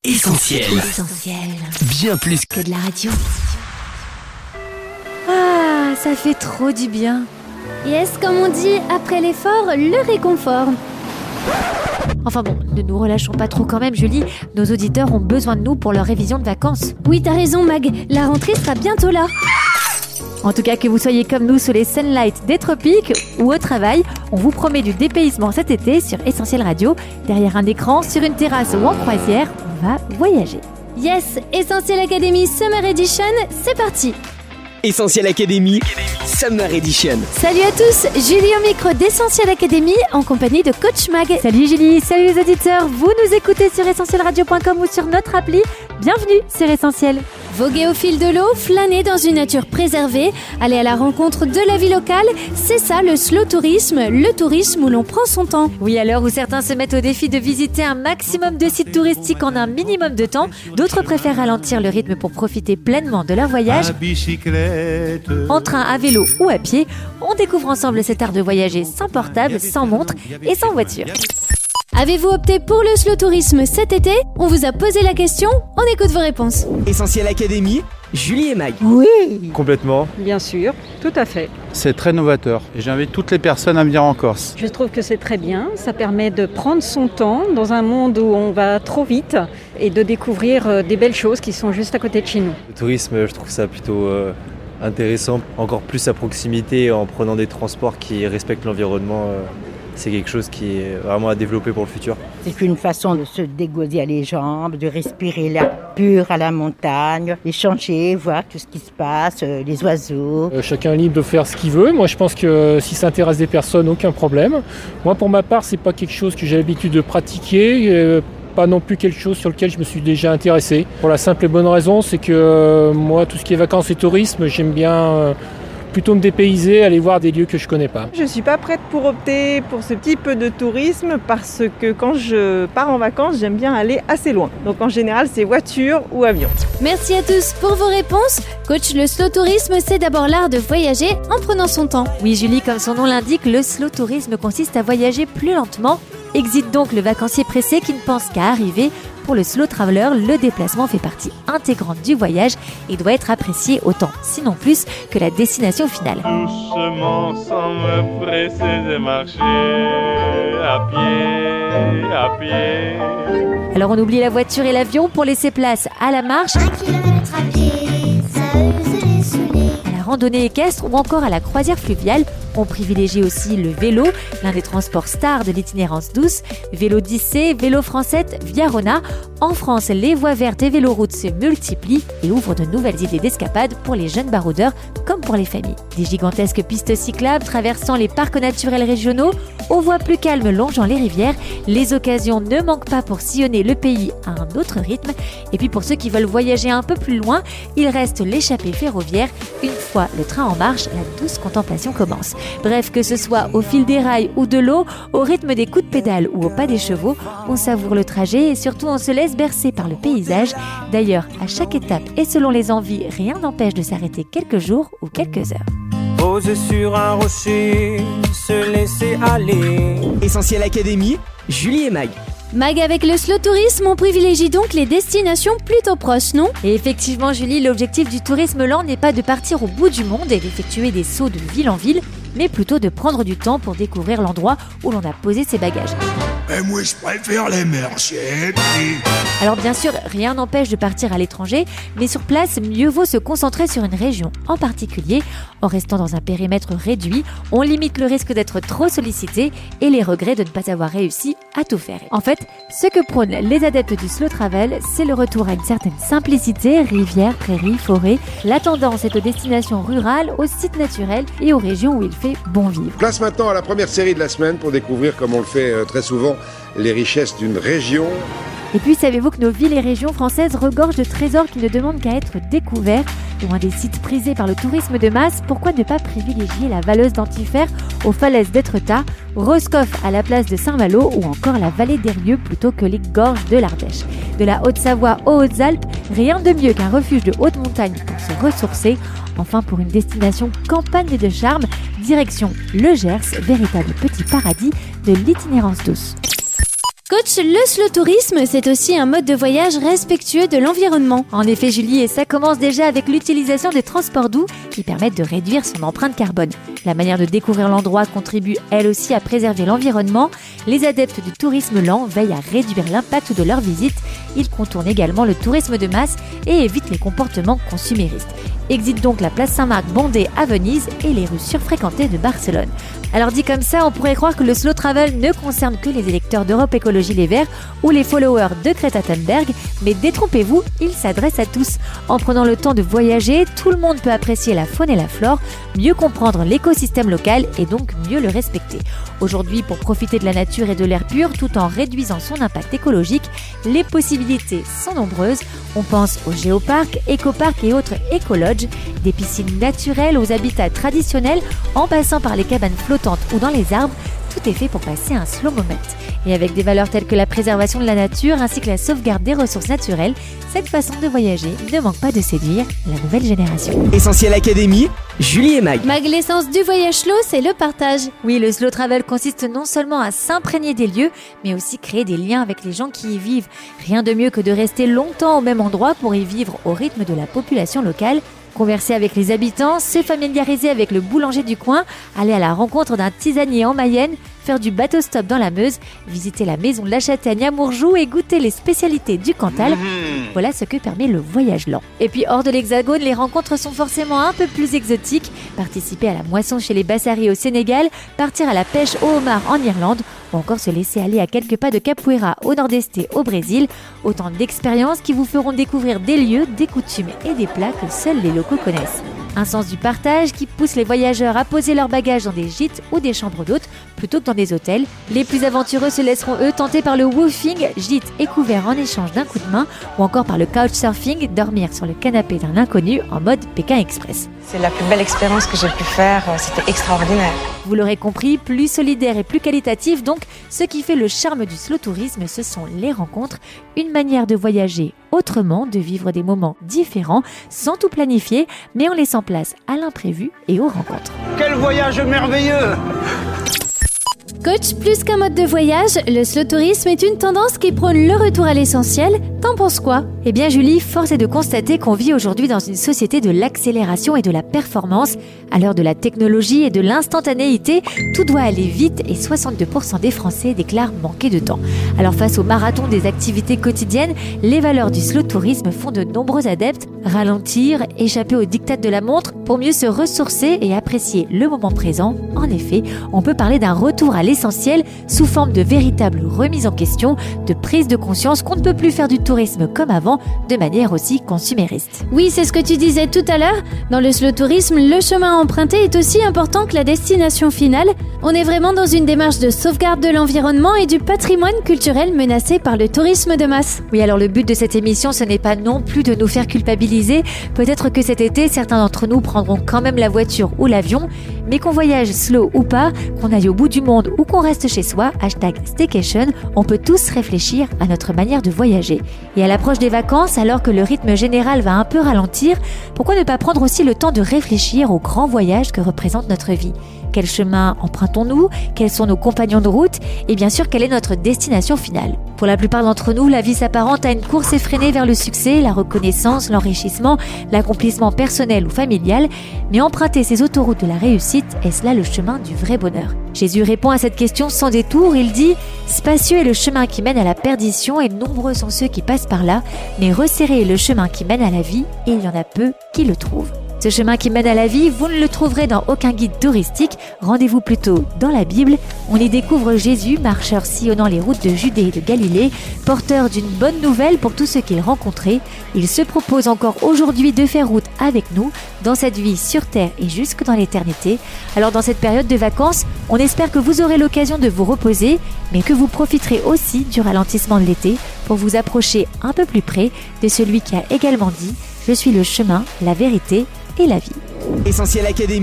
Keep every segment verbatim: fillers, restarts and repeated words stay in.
Essentiel. Essentiel. Bien plus que de la radio. Ah, ça fait trop du bien. Yes, comme on dit, après l'effort, le réconfort. Enfin bon, ne nous relâchons pas trop quand même, Julie. Nos auditeurs ont besoin de nous pour leur révision de vacances. Oui, t'as raison, Mag. La rentrée sera bientôt là. En tout cas, que vous soyez comme nous sous les sunlights des tropiques ou au travail, on vous promet du dépaysement cet été sur Essentiel Radio. Derrière un écran, sur une terrasse ou en croisière, on va voyager. Yes, Essentiel Academy Summer Edition, c'est parti. Essentiel Academy Summer Edition. Salut à tous, Julie au micro d'Essentiel Academy en compagnie de Coach Mag. Salut Julie, salut les auditeurs. Vous nous écoutez sur essentiel radio point com ou sur notre appli. Bienvenue sur Essentiel. Voguer au fil de l'eau, flâner dans une nature préservée, aller à la rencontre de la vie locale, c'est ça le slow tourisme, le tourisme où l'on prend son temps. Oui, à l'heure où certains se mettent au défi de visiter un maximum de sites touristiques en un minimum de temps, d'autres préfèrent ralentir le rythme pour profiter pleinement de leur voyage. En train, à vélo ou à pied, on découvre ensemble cet art de voyager sans portable, sans montre et sans voiture. Avez-vous opté pour le slow tourisme cet été ? On vous a posé la question, on écoute vos réponses. Essentiel Academy, Julie et Mag. Oui, complètement. Bien sûr, tout à fait. C'est très novateur et j'invite toutes les personnes à venir en Corse. Je trouve que c'est très bien, ça permet de prendre son temps dans un monde où on va trop vite et de découvrir des belles choses qui sont juste à côté de chez nous. Le tourisme, je trouve ça plutôt euh, intéressant, encore plus à proximité en prenant des transports qui respectent l'environnement. Euh, C'est quelque chose qui est vraiment à développer pour le futur. C'est une façon de se dégourdir les jambes, de respirer l'air pur à la montagne, échanger, voir tout ce qui se passe, les oiseaux. Euh, chacun est libre de faire ce qu'il veut. Moi, je pense que si ça intéresse des personnes, aucun problème. Moi, pour ma part, c'est pas quelque chose que j'ai l'habitude de pratiquer. Euh, pas non plus quelque chose sur lequel je me suis déjà intéressé. Pour la simple et bonne raison, c'est que euh, moi, tout ce qui est vacances et tourisme, j'aime bien... Euh, plutôt me dépayser, aller voir des lieux que je connais pas. Je suis pas prête pour opter pour ce type de tourisme parce que quand je pars en vacances, j'aime bien aller assez loin. Donc en général, c'est voiture ou avion. Merci à tous pour vos réponses. Coach, le slow tourisme, c'est d'abord l'art de voyager en prenant son temps. Oui Julie, comme son nom l'indique, le slow tourisme consiste à voyager plus lentement. Exit donc le vacancier pressé qui ne pense qu'à arriver. Pour le slow traveler, le déplacement fait partie intégrante du voyage et doit être apprécié autant, sinon plus, que la destination finale. Doucement, sans me presser de marcher, à pied, à pied. Alors on oublie la voiture et l'avion pour laisser place à la marche, Un kilomètre à pied, ça use les souliers. à la randonnée équestre ou encore à la croisière fluviale. On privilégie aussi le vélo, l'un des transports stars de l'itinérance douce. Vélo dix C, vélo Francette, Via Rona. En France, les voies vertes et véloroutes se multiplient et ouvrent de nouvelles idées d'escapade pour les jeunes baroudeurs comme pour les familles. Des gigantesques pistes cyclables traversant les parcs naturels régionaux, aux voies plus calmes longeant les rivières. Les occasions ne manquent pas pour sillonner le pays à un autre rythme. Et puis pour ceux qui veulent voyager un peu plus loin, il reste l'échappée ferroviaire. Une fois le train en marche, la douce contemplation commence. Bref, que ce soit au fil des rails ou de l'eau, au rythme des coups de pédale ou au pas des chevaux, on savoure le trajet et surtout on se laisse bercer par le paysage. D'ailleurs, à chaque étape et selon les envies, rien n'empêche de s'arrêter quelques jours ou quelques heures. Poser sur un rocher, se laisser aller. Essentiel Academy, Julie et Mag. Mag, avec le slow tourisme, on privilégie donc les destinations plutôt proches, non ? Et effectivement, Julie, l'objectif du tourisme lent n'est pas de partir au bout du monde et d'effectuer des sauts de ville en ville, mais plutôt de prendre du temps pour découvrir l'endroit où l'on a posé ses bagages. Et moi, je préfère les marchés. Alors bien sûr, rien n'empêche de partir à l'étranger, mais sur place, mieux vaut se concentrer sur une région en particulier. En restant dans un périmètre réduit, on limite le risque d'être trop sollicité et les regrets de ne pas avoir réussi à tout faire. En fait, ce que prônent les adeptes du slow travel, c'est le retour à une certaine simplicité, rivières, prairies, forêts. La tendance est aux destinations rurales, aux sites naturels et aux régions où il fait bon vivre. Place maintenant à la première série de la semaine pour découvrir, comme on le fait euh, très souvent, les richesses d'une région. Et puis, savez-vous que nos villes et régions françaises regorgent de trésors qui ne demandent qu'à être découverts ? Loin des sites prisés par le tourisme de masse, pourquoi ne pas privilégier la Valleuse d'Antifer aux falaises d'Étretat, Roscoff à la place de Saint-Malo ou encore la vallée d'Eyrieux plutôt que les gorges de l'Ardèche ? De la Haute-Savoie aux Hautes-Alpes, rien de mieux qu'un refuge de haute montagne pour se ressourcer. Enfin, pour une destination campagne de charme, direction le Gers, véritable petit paradis de l'itinérance douce. Coach, le slow tourisme, c'est aussi un mode de voyage respectueux de l'environnement. En effet, Julie, et ça commence déjà avec l'utilisation des transports doux qui permettent de réduire son empreinte carbone. La manière de découvrir l'endroit contribue elle aussi à préserver l'environnement. Les adeptes du tourisme lent veillent à réduire l'impact de leur visite. Ils contournent également le tourisme de masse et évitent les comportements consuméristes. Exit donc la place Saint-Marc bondée à Venise et les rues surfréquentées de Barcelone. Alors dit comme ça, on pourrait croire que le slow travel ne concerne que les électeurs d'Europe Écologie Les Verts ou les followers de Greta Thunberg, mais détrompez-vous, il s'adresse à tous. En prenant le temps de voyager, tout le monde peut apprécier la faune et la flore, mieux comprendre l'écosystème local et donc mieux le respecter. Aujourd'hui, pour profiter de la nature et de l'air pur tout en réduisant son impact écologique, les possibilités sont nombreuses. On pense aux géoparcs, écoparcs et autres écologes, des piscines naturelles aux habitats traditionnels, en passant par les cabanes flottantes ou dans les arbres. Tout est fait pour passer un slow moment. Et avec des valeurs telles que la préservation de la nature ainsi que la sauvegarde des ressources naturelles, cette façon de voyager ne manque pas de séduire la nouvelle génération. Essentiel Académie, Julie et Mag. Mag, l'essence du voyage slow, c'est le partage. Oui, le slow travel consiste non seulement à s'imprégner des lieux, mais aussi créer des liens avec les gens qui y vivent. Rien de mieux que de rester longtemps au même endroit pour y vivre au rythme de la population locale. Converser avec les habitants, se familiariser avec le boulanger du coin, aller à la rencontre d'un tisanier en Mayenne, faire du bateau-stop dans la Meuse, visiter la maison de la Châtaigne à Mourjoux et goûter les spécialités du Cantal. Mmh. Voilà ce que permet le voyage lent. Et puis hors de l'Hexagone, les rencontres sont forcément un peu plus exotiques. Participer à la moisson chez les Bassaris au Sénégal, partir à la pêche au homard en Irlande, ou encore se laisser aller à quelques pas de Capoeira au Nord-Est au Brésil. Autant d'expériences qui vous feront découvrir des lieux, des coutumes et des plats que seuls les locaux connaissent. Un sens du partage qui pousse les voyageurs à poser leurs bagages dans des gîtes ou des chambres d'hôtes plutôt que dans des hôtels. Les plus aventureux se laisseront eux tenter par le woofing, gîte et couvert en échange d'un coup de main, ou encore par le couchsurfing, dormir sur le canapé d'un inconnu en mode Pékin Express. C'est la plus belle expérience que j'ai pu faire, c'était extraordinaire. Vous l'aurez compris, plus solidaire et plus qualitatif, donc ce qui fait le charme du slow tourisme, ce sont les rencontres, une manière de voyager autrement, de vivre des moments différents, sans tout planifier, mais en laissant place à l'imprévu et aux rencontres. Quel voyage merveilleux! Coach, plus qu'un mode de voyage, le slow tourisme est une tendance qui prône le retour à l'essentiel. T'en penses quoi? Eh bien Julie, force est de constater qu'on vit aujourd'hui dans une société de l'accélération et de la performance. À l'heure de la technologie et de l'instantanéité, tout doit aller vite et soixante-deux pour cent des Français déclarent manquer de temps. Alors face au marathon des activités quotidiennes, les valeurs du slow tourisme font de nombreux adeptes ralentir, échapper aux diktats de la montre pour mieux se ressourcer et apprécier le moment présent. En effet, on peut parler d'un retour à l'essentiel sous forme de véritable remise en question, de prise de conscience qu'on ne peut plus faire du tourisme comme avant, de manière aussi consumériste. Oui, c'est ce que tu disais tout à l'heure. Dans le slow tourisme, le chemin à emprunter est aussi important que la destination finale. On est vraiment dans une démarche de sauvegarde de l'environnement et du patrimoine culturel menacé par le tourisme de masse. Oui, alors le but de cette émission, ce n'est pas non plus de nous faire culpabiliser. Peut-être que cet été, certains d'entre nous prendront quand même la voiture ou l'avion, mais qu'on voyage slow ou pas, qu'on aille au bout du monde ou qu'on reste chez soi, hashtag staycation, on peut tous réfléchir à notre manière de voyager. Et à l'approche des vacances, alors que le rythme général va un peu ralentir, pourquoi ne pas prendre aussi le temps de réfléchir au grand voyage que représente notre vie ? Quel chemin empruntons-nous ? Quels sont nos compagnons de route ? Et bien sûr, quelle est notre destination finale ? Pour la plupart d'entre nous, la vie s'apparente à une course effrénée vers le succès, la reconnaissance, l'enrichissement, l'accomplissement personnel ou familial. Mais emprunter ces autoroutes de la réussite, est-ce là le chemin du vrai bonheur ? Jésus répond à cette question sans détour. Il dit « Spacieux est le chemin qui mène à la perdition et nombreux sont ceux qui passent par là, mais resserré est le chemin qui mène à la vie et il y en a peu qui le trouvent. » Ce chemin qui mène à la vie, vous ne le trouverez dans aucun guide touristique. Rendez-vous plutôt dans la Bible. On y découvre Jésus, marcheur sillonnant les routes de Judée et de Galilée, porteur d'une bonne nouvelle pour tous ceux qu'il rencontrait. Il se propose encore aujourd'hui de faire route avec nous, dans cette vie sur terre et jusque dans l'éternité. Alors dans cette période de vacances, on espère que vous aurez l'occasion de vous reposer, mais que vous profiterez aussi du ralentissement de l'été pour vous approcher un peu plus près de celui qui a également dit « Je suis le chemin, la vérité et la vie ». Essentiel Académie,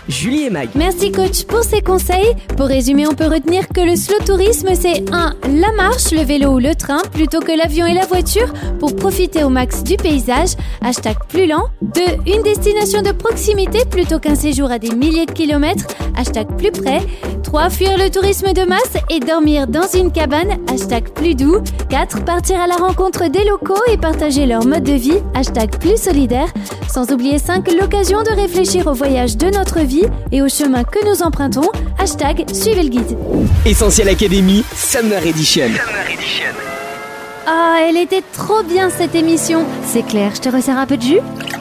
Julie et Mag. Merci coach pour ces conseils. Pour résumer, on peut retenir que le slow tourisme, c'est un la marche, le vélo ou le train, plutôt que l'avion et la voiture, pour profiter au max du paysage. Hashtag plus lent. deux. Une destination de proximité, plutôt qu'un séjour à des milliers de kilomètres. Hashtag plus près. trois. Fuir le tourisme de masse et dormir dans une cabane. Hashtag plus doux. quatre. Partir à la rencontre des locaux et partager leur mode de vie. Hashtag plus solidaire. Sans oublier cinq. L'occasion de réfléchir au voyage de notre vie et au chemin que nous empruntons. Hashtag suivez le guide. Essentiel Academy, Summer Edition. Ah, elle était trop bien cette émission. C'est clair, je te resserre un peu de jus?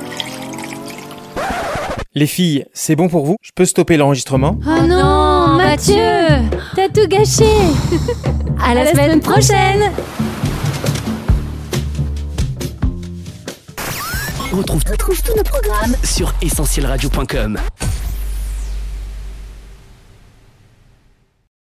Les filles, c'est bon pour vous? Je peux stopper l'enregistrement? Oh non, Mathieu, t'as tout gâché. À la, à la semaine, semaine prochaine. On retrouve, retrouve tous nos programmes sur essentiel radio point com.